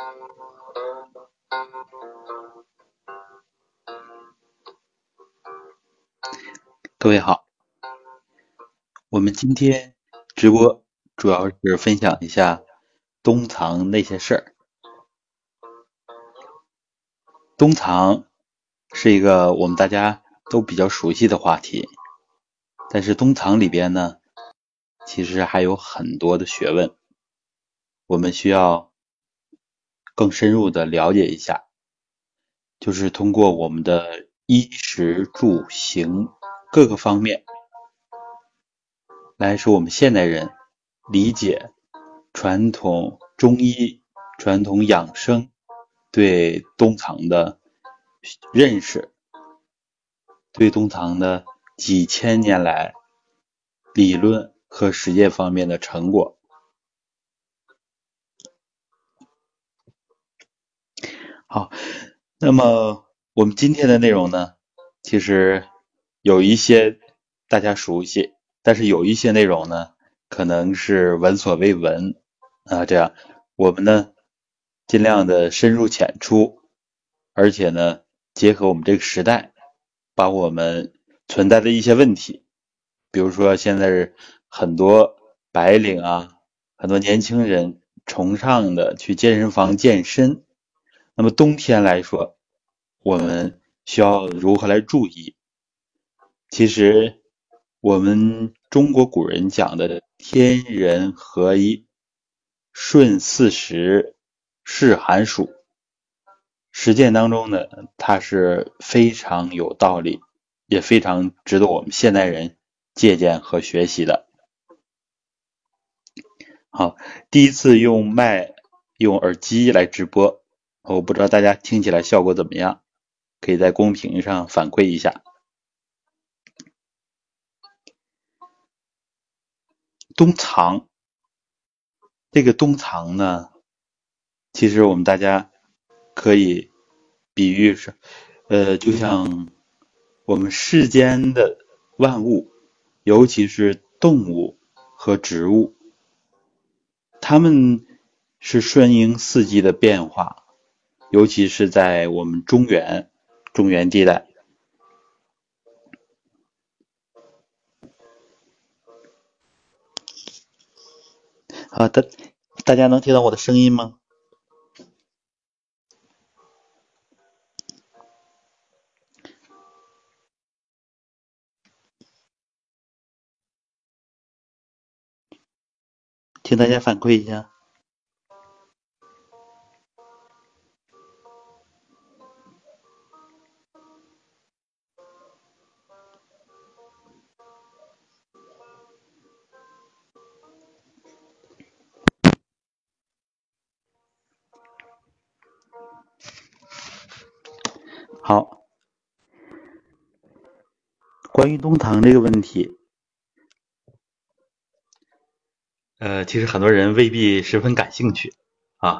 各位好，我们今天直播主要是分享一下冬藏那些事儿。冬藏是一个我们大家都比较熟悉的话题，但是冬藏里边呢，其实还有很多的学问，我们需要更深入的了解一下，就是通过我们的衣食住行各个方面来使我们现代人理解传统中医、传统养生对冬藏的认识，对冬藏的几千年来理论和实践方面的成果。好，那么我们今天的内容呢，其实有一些大家熟悉，但是有一些内容呢，可能是闻所未闻这样我们呢尽量的深入浅出，而且呢结合我们这个时代，把我们存在的一些问题，比如说现在是很多白领很多年轻人崇尚的去健身房健身，那么冬天来说，我们需要如何来注意？其实我们中国古人讲的天人合一，顺四时，适寒暑，实践当中呢，它是非常有道理，也非常值得我们现代人借鉴和学习的。好，第一次用耳机来直播，我不知道大家听起来效果怎么样，可以在公屏上反馈一下。冬藏，这个冬藏呢，其实我们大家可以比喻是，就像我们世间的万物，尤其是动物和植物，它们是顺应四季的变化，尤其是在我们中原地带。好的，大家能听到我的声音吗？请大家反馈一下。好，关于冬藏这个问题，其实很多人未必十分感兴趣啊。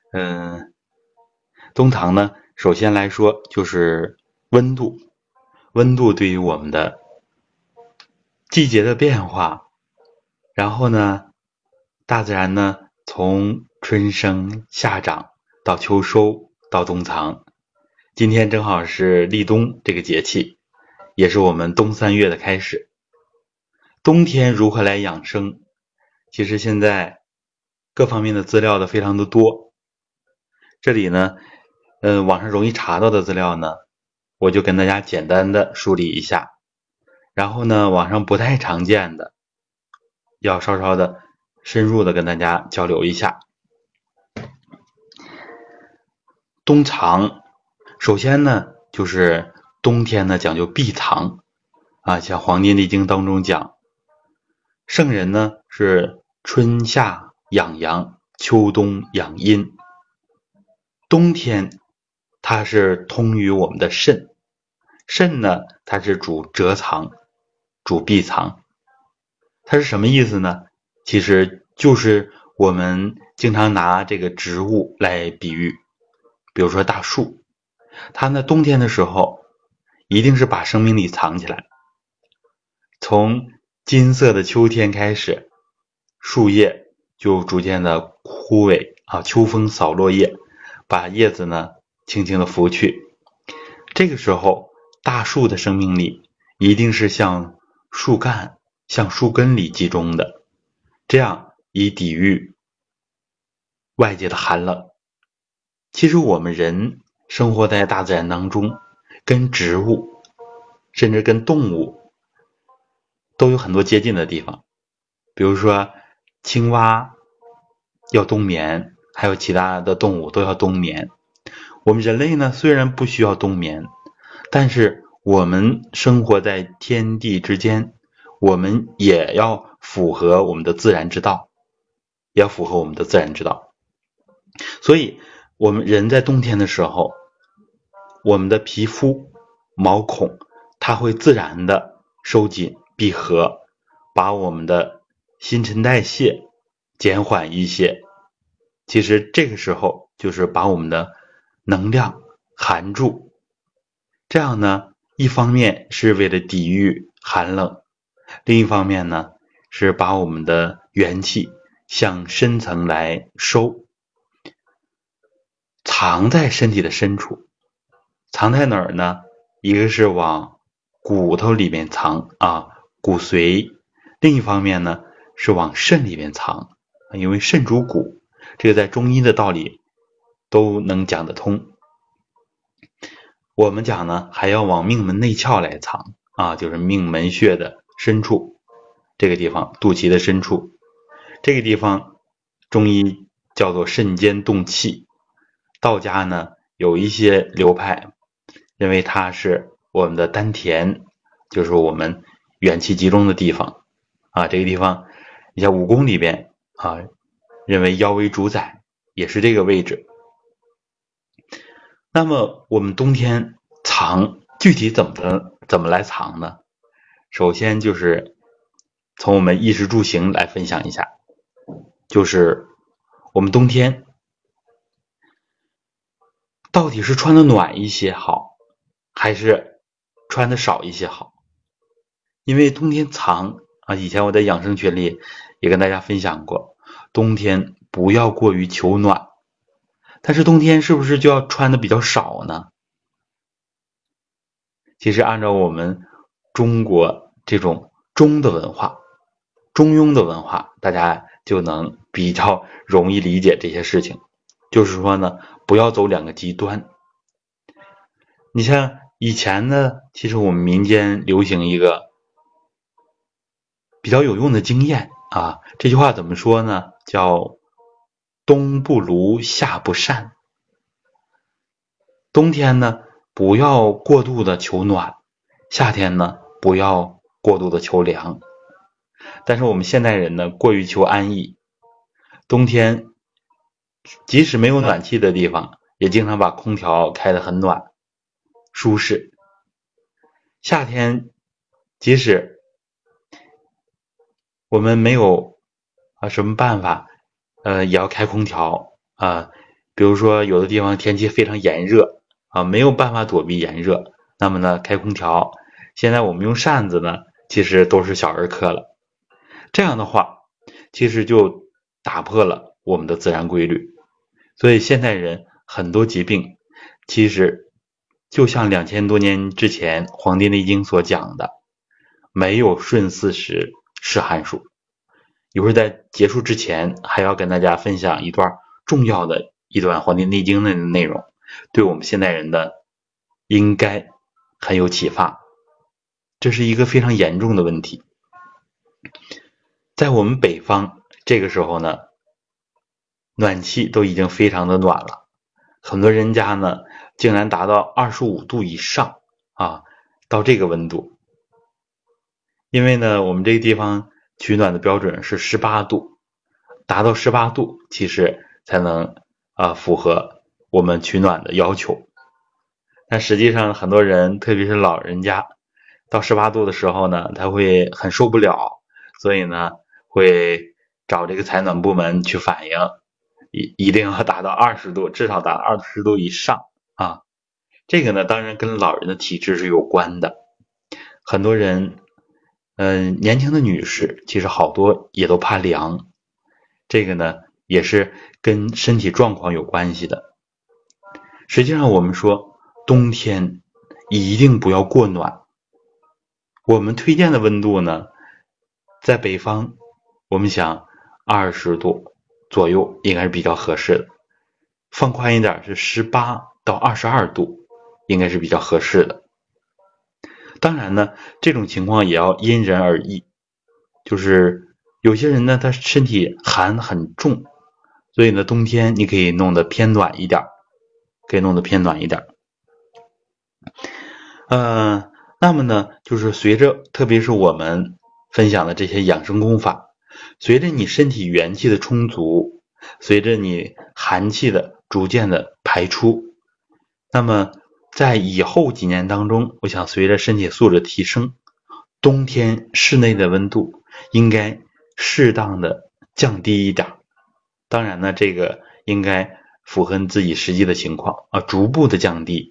冬藏呢，首先来说就是温度，温度对于我们的季节的变化，然后呢，大自然呢从春生夏长到秋收到冬藏，今天正好是立冬这个节气，也是我们冬三月的开始。冬天如何来养生？其实现在各方面的资料都非常的多，这里呢，网上容易查到的资料呢，我就跟大家简单的梳理一下，然后呢，网上不太常见的，要稍稍的深入的跟大家交流一下。冬藏，首先呢，就是冬天呢讲究避藏像《黄帝内经》当中讲，圣人呢是春夏养阳，秋冬养阴。冬天它是通于我们的肾，肾呢它是主蛰藏，主避藏。它是什么意思呢？其实就是我们经常拿这个植物来比喻，比如说大树，它呢冬天的时候一定是把生命力藏起来，从金色的秋天开始，树叶就逐渐的枯萎秋风扫落叶， 把叶子呢轻轻的拂去。这个时候大树的生命力一定是向树干、向树根里集中的，这样以抵御外界的寒冷。其实我们人生活在大自然当中，跟植物甚至跟动物都有很多接近的地方。比如说青蛙要冬眠，还有其他的动物都要冬眠。我们人类呢，虽然不需要冬眠，但是我们生活在天地之间，我们也要符合我们的自然之道，所以我们人在冬天的时候，我们的皮肤毛孔它会自然的收紧闭合，把我们的新陈代谢减缓一些。其实这个时候就是把我们的能量含住，这样呢，一方面是为了抵御寒冷，另一方面呢，是把我们的元气向深层来收，藏在身体的深处。藏在哪儿呢？一个是往骨头里面藏啊，骨髓；另一方面呢，是往肾里面藏，因为肾主骨，这个在中医的道理都能讲得通。我们讲呢，还要往命门内窍来藏啊，就是命门穴的深处，这个地方，肚脐的深处，这个地方中医叫做肾间动气。道家呢有一些流派认为它是我们的丹田，就是我们元气集中的地方啊。这个地方，你像武功里边啊，认为腰为主宰，也是这个位置。那么我们冬天藏具体怎么来藏呢？首先就是从我们衣食住行来分享一下，就是我们冬天到底是穿的暖一些好，还是穿的少一些好？因为冬天藏啊，以前我在养生群里也跟大家分享过，冬天不要过于求暖，但是冬天是不是就要穿的比较少呢？其实按照我们中国这种中的文化，中庸的文化，大家就能比较容易理解这些事情。就是说呢，不要走两个极端。你像以前呢，其实我们民间流行一个比较有用的经验啊，这句话怎么说呢？叫冬不炉，夏不扇。冬天呢，不要过度的求暖，夏天呢，不要过度的求凉。但是我们现代人呢，过于求安逸，冬天即使没有暖气的地方，也经常把空调开得很暖舒适。夏天即使我们没有什么办法，也要开空调啊。比如说有的地方天气非常炎热啊，没有办法躲避炎热，那么呢，开空调。现在我们用扇子呢，其实都是小儿科了。这样的话，其实就打破了我们的自然规律。所以现代人很多疾病，其实就像2000多年之前《黄帝内经》所讲的，没有顺四时是寒暑。一会儿在结束之前，还要跟大家分享一段重要的一段《黄帝内经》的内容，对我们现代人的应该很有启发。这是一个非常严重的问题。在我们北方这个时候呢，暖气都已经非常的暖了，很多人家呢竟然达到25度以上啊，到这个温度。因为呢，我们这个地方取暖的标准是18度，达到18度其实才能符合我们取暖的要求。但实际上很多人，特别是老人家，到18度的时候呢，他会很受不了，所以呢会找这个采暖部门去反映，一定要达到20度，至少达到20度以上啊。这个呢，当然跟老人的体质是有关的。很多人，年轻的女士其实好多也都怕凉，这个呢也是跟身体状况有关系的。 实际上我们说冬天一定不要过暖。我们推荐的温度呢，在北方我们想20度左右应该是比较合适的，放宽一点是18到22度应该是比较合适的。当然呢，这种情况也要因人而异，就是有些人呢他身体寒很重，所以呢冬天你可以弄得偏暖一点，那么呢就是随着特别是我们分享的这些养生功法，随着你身体元气的充足，随着你寒气的逐渐的排出，那么在以后几年当中，我想随着身体素质提升，冬天室内的温度应该适当的降低一点。当然呢，这个应该符合你自己实际的情况啊，逐步的降低。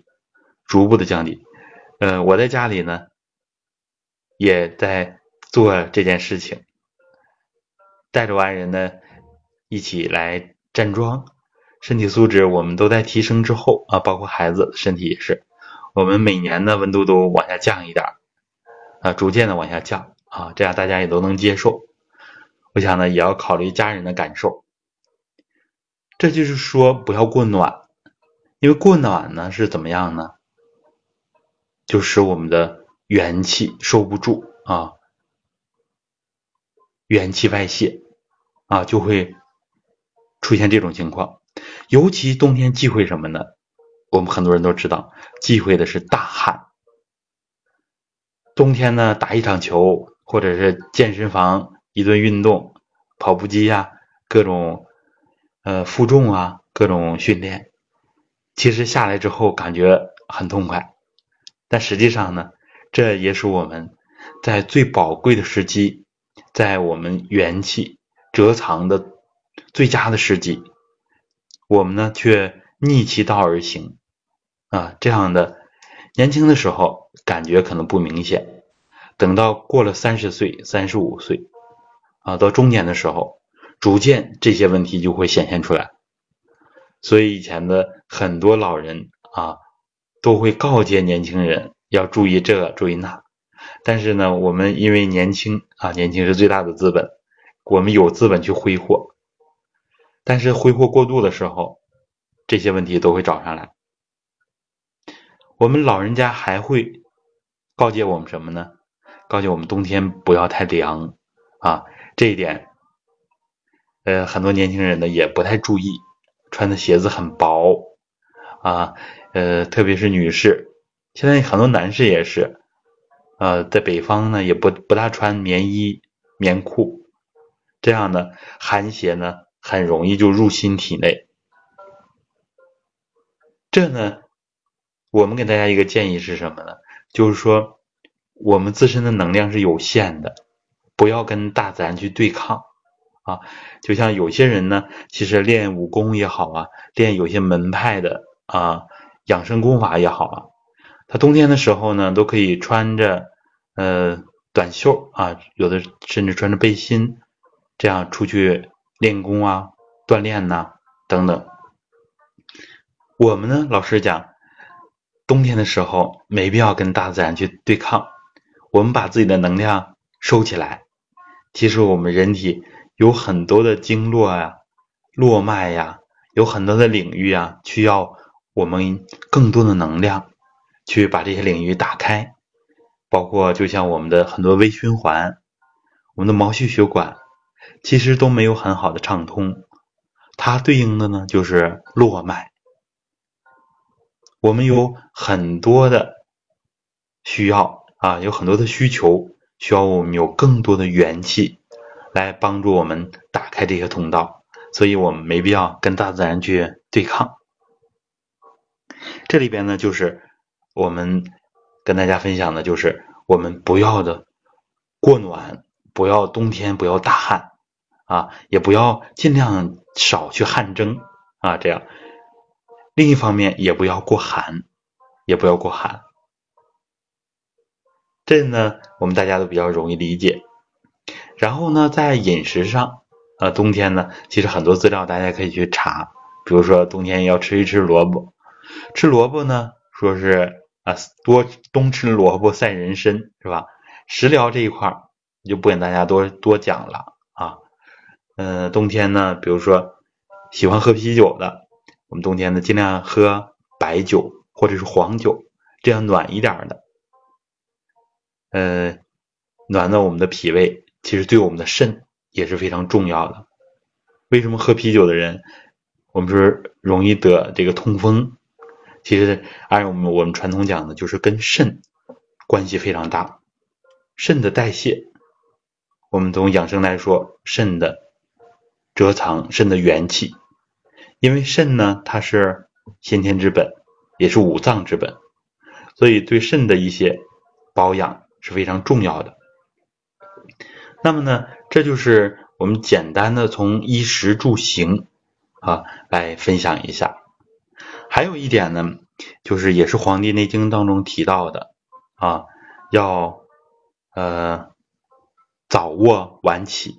我在家里呢也在做这件事情，带着爱人呢一起来站桩，身体素质我们都在提升之后啊，包括孩子身体也是，我们每年的温度都往下降一点啊，逐渐的往下降啊，这样大家也都能接受。我想呢，也要考虑家人的感受。这就是说不要过暖，因为过暖呢是怎么样呢？就使我们的元气收不住啊，元气外泄啊，就会出现这种情况。尤其冬天忌讳什么呢？我们很多人都知道，忌讳的是大汗。冬天呢，打一场球，或者是健身房一顿运动，跑步机呀，各种负重啊，各种训练，其实下来之后感觉很痛快，但实际上呢，这也是我们在最宝贵的时机，在我们元气蛰藏的最佳的时机，我们呢却逆其道而行啊，这样的年轻的时候感觉可能不明显，等到过了30岁、35岁啊，到中年的时候，逐渐这些问题就会显现出来。所以以前的很多老人啊，都会告诫年轻人要注意这注意那。但是呢，我们因为年轻啊，年轻是最大的资本，我们有资本去挥霍，但是挥霍过度的时候，这些问题都会找上来。我们老人家还会告诫我们什么呢？告诫我们冬天不要太凉啊，这一点，很多年轻人呢也不太注意，穿的鞋子很薄啊，特别是女士，现在很多男士也是，在北方呢也不大穿棉衣、棉裤，这样呢寒邪呢很容易就入侵体内。这呢，我们给大家一个建议是什么呢？就是说，我们自身的能量是有限的，不要跟大自然去对抗啊。就像有些人呢，其实练武功也好啊，练有些门派的啊养生功法也好啊，他冬天的时候呢，都可以穿着短袖啊，有的甚至穿着背心，这样出去练功啊、锻炼呐、等等。我们呢，老实讲，冬天的时候没必要跟大自然去对抗，我们把自己的能量收起来。其实我们人体有很多的经络呀、络脉呀，有很多的领域啊，需要我们更多的能量去把这些领域打开。包括就像我们的很多微循环，我们的毛细血管，其实都没有很好的畅通，它对应的呢就是络脉。我们有很多的需要啊，有很多的需求，需要我们有更多的元气来帮助我们打开这些通道，所以我们没必要跟大自然去对抗。这里边呢，就是我们跟大家分享的，就是我们不要的过暖，不要冬天不要大汗啊，也不要尽量少去汗蒸啊，这样。另一方面，也不要过寒，这呢，我们大家都比较容易理解。然后呢，在饮食上，冬天呢，其实很多资料大家可以去查，比如说冬天要吃一吃萝卜吃萝卜呢，说是多冬吃萝卜赛人参，是吧？食疗这一块就不跟大家多讲了啊。冬天呢，比如说喜欢喝啤酒的，我们冬天呢尽量喝白酒或者是黄酒，这样暖一点的，暖暖我们的脾胃，其实对我们的肾也是非常重要的。为什么喝啤酒的人，我们说容易得这个痛风？其实按我们传统讲的，就是跟肾关系非常大。肾的代谢，我们从养生来说，肾的蛰藏，肾的元气。因为肾呢，它是先天之本，也是五脏之本，所以对肾的一些保养是非常重要的。那么呢，这就是我们简单的从衣食住行来分享一下。还有一点呢，就是也是《黄帝内经》当中提到的要早卧晚起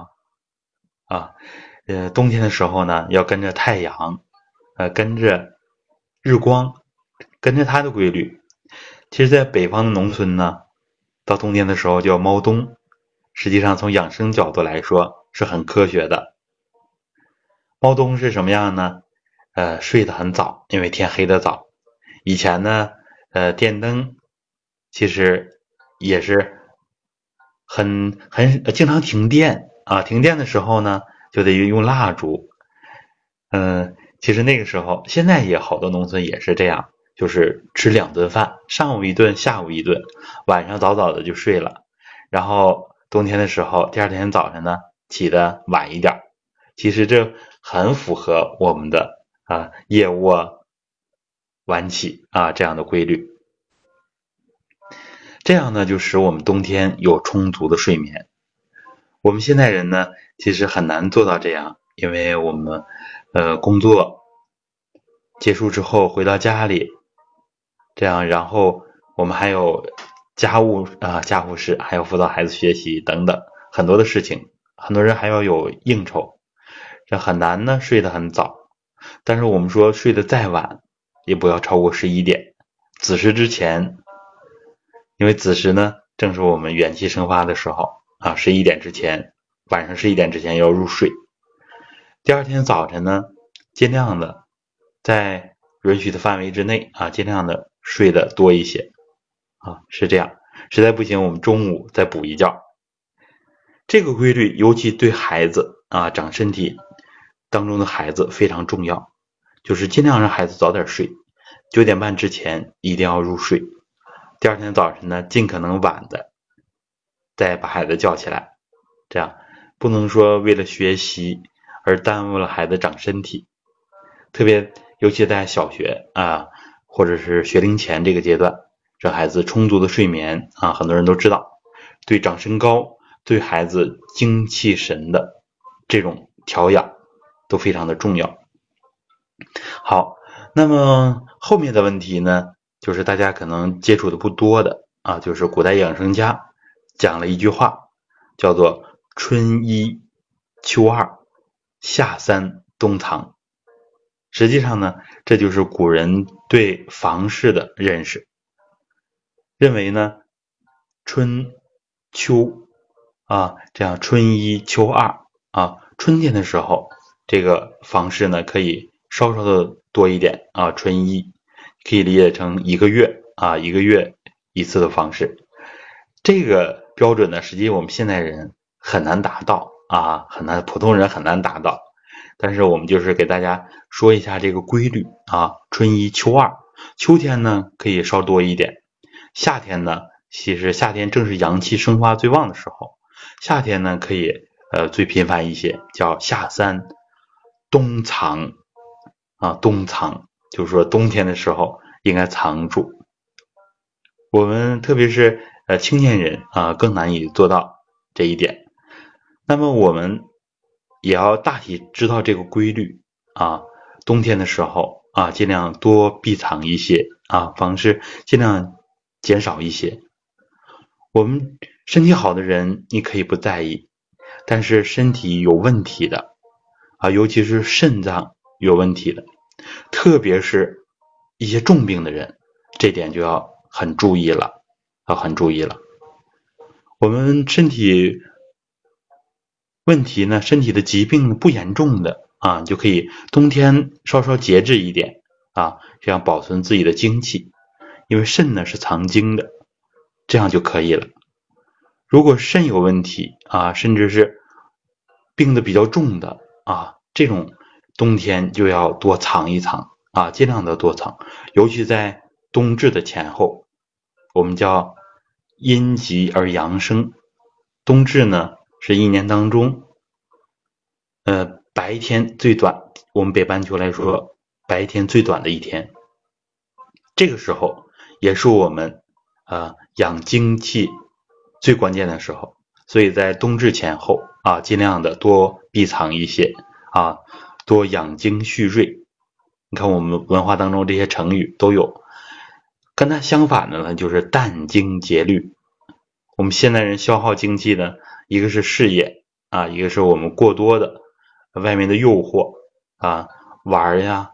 冬天的时候呢，要跟着太阳，跟着日光，跟着它的规律。其实，在北方的农村呢，到冬天的时候叫猫冬，实际上从养生角度来说是很科学的。猫冬是什么样呢？睡得很早，因为天黑得早。以前呢，电灯其实也是很经常停电停电的时候呢，就得用蜡烛。其实那个时候，现在也好多农村也是这样，就是吃2顿饭，上午一顿，下午一顿，晚上早早的就睡了。然后冬天的时候，第二天早上呢，起得晚一点。其实这很符合我们的夜卧晚起这样的规律。这样呢，就使我们冬天有充足的睡眠。我们现代人呢，其实很难做到这样，因为我们工作结束之后回到家里，这样然后我们还有家务家务事，还要辅导孩子学习等等很多的事情，很多人还要有应酬，这很难呢睡得很早。但是我们说睡得再晚也不要超过11点，子时之前，因为子时呢正是我们元气生发的时候11点之前，晚上11点之前要入睡。第二天早晨呢，尽量的在允许的范围之内尽量的睡得多一些是这样。实在不行，我们中午再补一觉。这个规律尤其对孩子长身体当中的孩子非常重要，就是尽量让孩子早点睡，9点半之前一定要入睡。第二天早晨呢，尽可能晚的再把孩子叫起来，这样不能说为了学习而耽误了孩子长身体。特别尤其在小学或者是学龄前这个阶段，让孩子充足的睡眠很多人都知道，对长身高，对孩子精气神的这种调养都非常的重要。好，那么后面的问题呢，就是大家可能接触的不多的就是古代养生家讲了一句话，叫做春1秋2夏3冬藏。实际上呢，这就是古人对房事的认识，认为呢春秋这样春1秋2春天的时候这个房事呢可以稍稍的多一点春1可以理解成1个月1个月一次的房事。这个标准呢，实际我们现代人很难达到普通人很难达到。但是我们就是给大家说一下这个规律春1秋2，秋天呢可以稍多一点，夏天呢其实夏天正是阳气生发最旺的时候，夏天呢可以最频繁一些，叫夏3冬藏冬藏就是说冬天的时候应该藏住。我们特别是青年人更难以做到这一点。那么我们也要大体知道这个规律冬天的时候尽量多避藏一些房事尽量减少一些。我们身体好的人你可以不在意，但是身体有问题的尤其是肾脏有问题的，特别是一些重病的人，这点就要很注意了，我们身体问题呢，身体的疾病不严重的啊，就可以冬天稍稍节制一点啊，这样保存自己的精气，因为肾呢是藏精的，这样就可以了。如果肾有问题啊，甚至是病得比较重的啊，这种冬天就要多藏一藏啊，尽量的多藏，尤其在冬至的前后，我们叫阴极而阳生。冬至呢是一年当中白天最短，我们北半球来说白天最短的一天，这个时候也是我们养精气最关键的时候，所以在冬至前后啊，尽量的多避藏一些啊，多养精蓄锐。你看我们文化当中这些成语都有，跟它相反的呢就是淡精节律。我们现代人消耗精气呢，一个是事业啊，一个是我们过多的外面的诱惑啊，玩呀，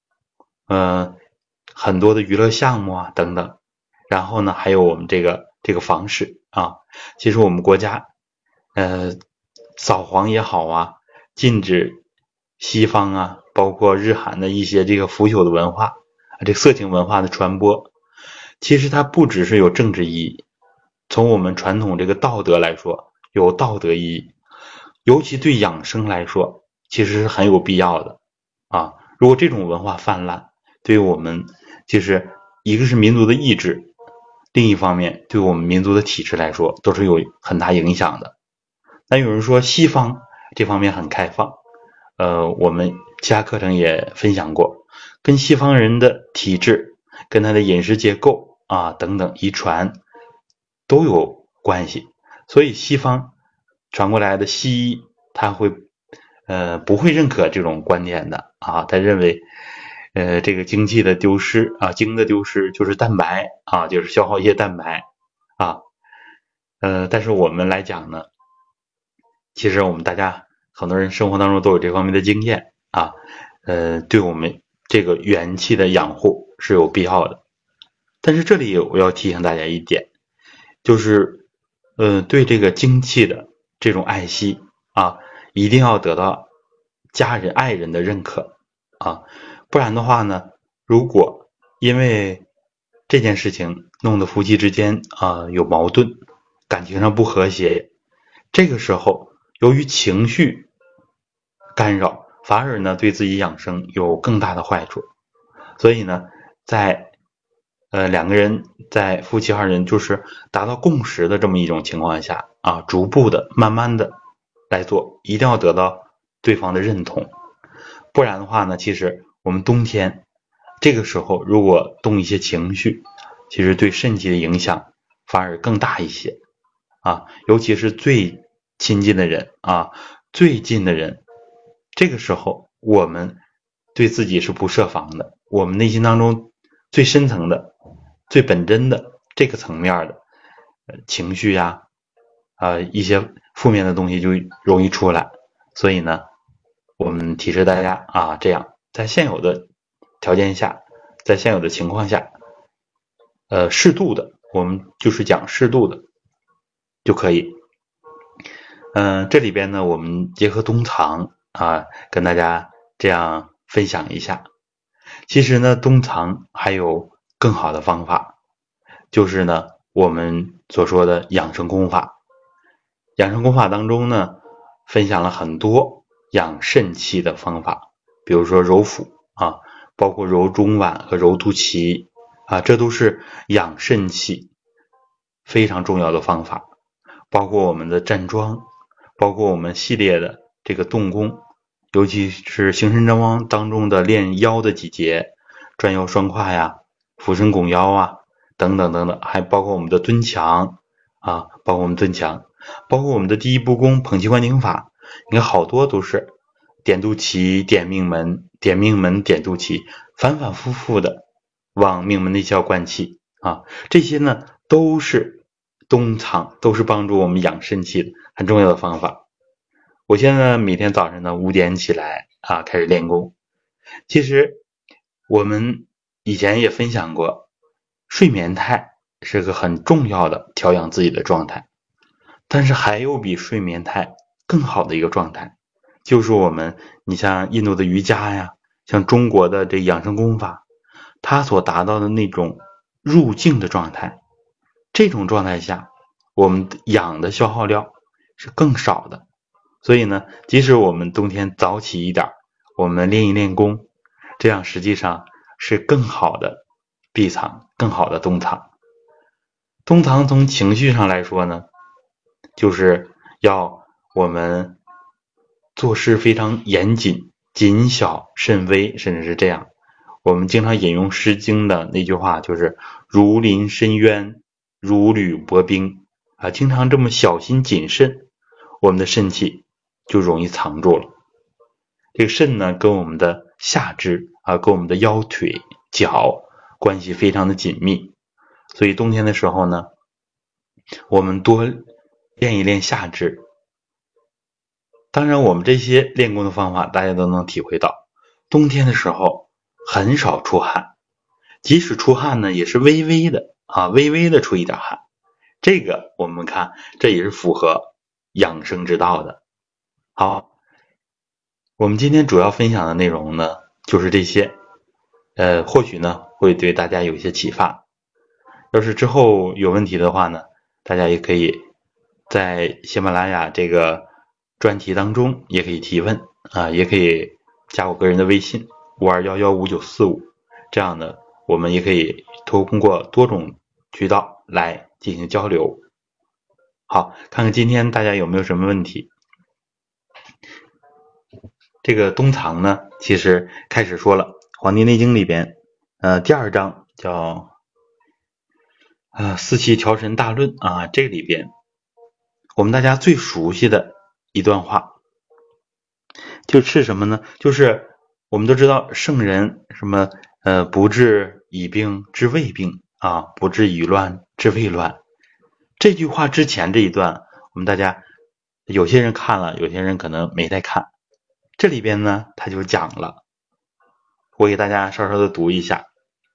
很多的娱乐项目啊等等，然后呢还有我们这个房事啊，其实我们国家扫黄也好啊，禁止西方啊，包括日韩的一些这个腐朽的文化，这色情文化的传播，其实它不只是有政治意义，从我们传统这个道德来说，有道德意义，尤其对养生来说，其实是很有必要的啊。如果这种文化泛滥，对于我们其实一个是民族的意志，另一方面对我们民族的体制来说都是有很大影响的。那有人说西方这方面很开放，我们其他课程也分享过，跟西方人的体质、跟他的饮食结构啊等等遗传都有关系，所以西方传过来的西医他会不会认可这种观点的啊，他认为这个精气的丢失啊，精的丢失就是蛋白啊，就是消耗一些蛋白啊，但是我们来讲呢，其实我们大家很多人生活当中都有这方面的经验啊，对我们这个元气的养护是有必要的。但是这里我要提醒大家一点，就是对这个精气的这种爱惜啊，一定要得到家人爱人的认可啊，不然的话呢，如果因为这件事情弄得夫妻之间有矛盾，感情上不和谐，这个时候由于情绪干扰，反而呢对自己养生有更大的坏处。所以呢，在两个人在夫妻二人就是达到共识的这么一种情况下啊，逐步的、慢慢的来做，一定要得到对方的认同。不然的话呢，其实我们冬天这个时候如果动一些情绪，其实对肾气的影响反而更大一些啊，尤其是最亲近的人啊，最近的人，这个时候我们对自己是不设防的，我们内心当中最深层的、最本真的这个层面的情绪呀，一些负面的东西就容易出来。所以呢，我们提示大家啊，这样在现有的条件下，在现有的情况下，适度的，我们就是讲适度的就可以。这里边呢，我们结合冬藏啊，跟大家这样分享一下。其实呢，冬藏还有更好的方法，就是呢，我们所说的养生功法。养生功法当中呢，分享了很多养肾气的方法，比如说揉腹啊，包括揉中脘和揉肚脐啊，这都是养肾气非常重要的方法。包括我们的站桩，包括我们系列的这个动功，尤其是行神站桩当中的练腰的几节，转腰双胯呀、俯身拱腰啊等等等等，还包括我们的蹲墙啊，包括我们蹲墙，包括我们的第一步功捧气观顶法，你看好多都是点肚脐、点命门、点命门、点肚脐，反反复复的往命门内窍灌气啊，这些呢都是冬藏，都是帮助我们养肾气的很重要的方法。我现在每天早上呢5点起来啊，开始练功。其实我们以前也分享过，睡眠态是个很重要的调养自己的状态，但是还有比睡眠态更好的一个状态，就是你像印度的瑜伽呀，像中国的这养生功法，它所达到的那种入静的状态。这种状态下，我们氧的消耗量是更少的，所以呢，即使我们冬天早起一点，我们练一练功，这样实际上是更好的闭藏，更好的冬藏。冬藏从情绪上来说呢，就是要我们做事非常严谨，谨小慎微，甚至是这样。我们经常引用《诗经》的那句话，就是如临深渊，如履薄冰啊，经常这么小心谨慎，我们的肾气就容易藏住了。这个肾呢，跟我们的下肢啊，跟我们的腰腿脚关系非常的紧密，所以冬天的时候呢，我们多练一练下肢。当然我们这些练功的方法大家都能体会到，冬天的时候很少出汗，即使出汗呢也是微微的啊，微微的出一点汗，这个我们看这也是符合养生之道的。好，我们今天主要分享的内容呢就是这些，或许呢会对大家有一些启发。要是之后有问题的话呢，大家也可以在喜马拉雅这个专题当中也可以提问啊，也可以加我个人的微信52115945，这样呢我们也可以通过多种渠道来进行交流。好，看看今天大家有没有什么问题。这个冬藏呢，其实开始说了，《黄帝内经》里边第2章叫四气调神大论啊，这里边我们大家最熟悉的一段话就是什么呢？就是我们都知道圣人什么不治已病治未病啊，不治已乱治未乱。这句话之前这一段，我们大家有些人看了，有些人可能没在看。这里边呢，他就讲了，我给大家稍稍的读一下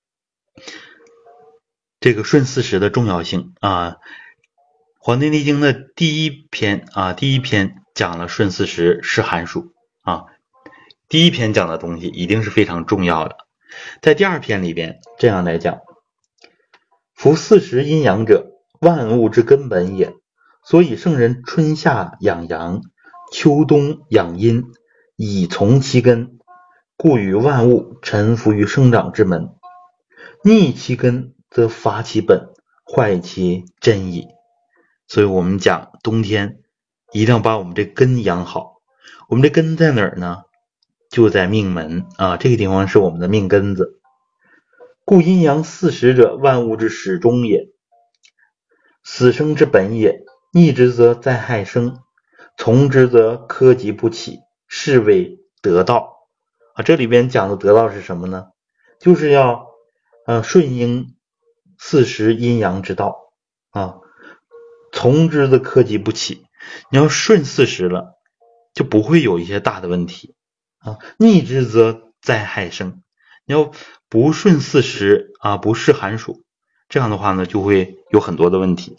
这个顺四时的重要性啊。《黄帝内经》的第一篇讲了顺四时是寒暑啊，第一篇讲的东西一定是非常重要的。在第2篇里边这样来讲，夫四时阴阳者，万物之根本也，所以圣人春夏养阳，秋冬养阴，以从其根，故与万物臣服于生长之门。逆其根，则伐其本，坏其真矣。所以我们讲冬天一定要把我们这根养好。我们这根在哪儿呢？就在命门啊，这个地方是我们的命根子。故阴阳四时者，万物之始终也，死生之本也。逆之则灾害生，从之则苛疾不起，是谓得道啊。这里边讲的得道是什么呢？就是要顺应四时阴阳之道啊，从之则苛疾不起。你要顺四时了，就不会有一些大的问题啊。逆之则灾害生，你要不顺四时啊，不视寒暑，这样的话呢，就会有很多的问题。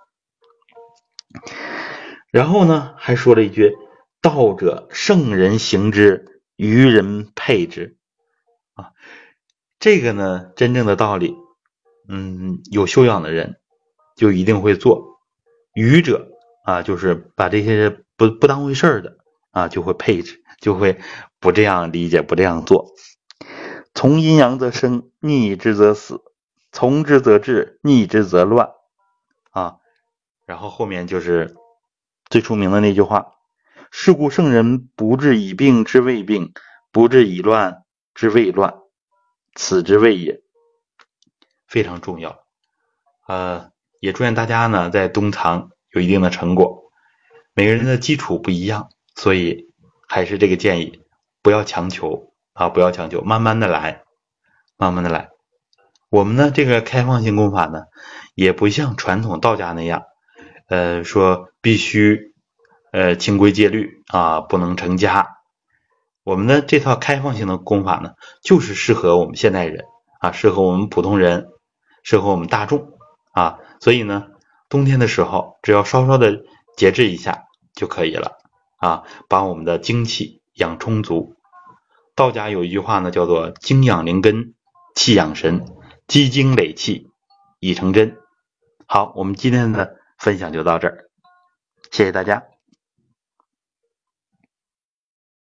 然后呢，还说了一句：道者，圣人行之，愚人配之啊。这个呢，真正的道理，有修养的人就一定会做，愚者啊，就是把这些不当回事的啊，就会配置，就会不这样理解，不这样做。从阴阳则生，逆之则死，从之则治，逆之则乱啊。然后后面就是最出名的那句话：是故圣人不治已病之未病，不治已乱之未乱，此之谓也。非常重要。也祝愿大家呢在冬藏有一定的成果。每个人的基础不一样，所以还是这个建议，不要强求啊，不要强求，慢慢的来，慢慢的来。我们呢这个开放性功法呢，也不像传统道家那样，说必须清规戒律啊，不能成家。我们的这套开放性的功法呢，就是适合我们现代人啊，适合我们普通人，适合我们大众啊。所以呢，冬天的时候只要稍稍的节制一下就可以了啊，把我们的精气养充足。道家有一句话呢，叫做精养灵根，气养神，积精累气，以成真。好，我们今天的分享就到这儿，谢谢大家。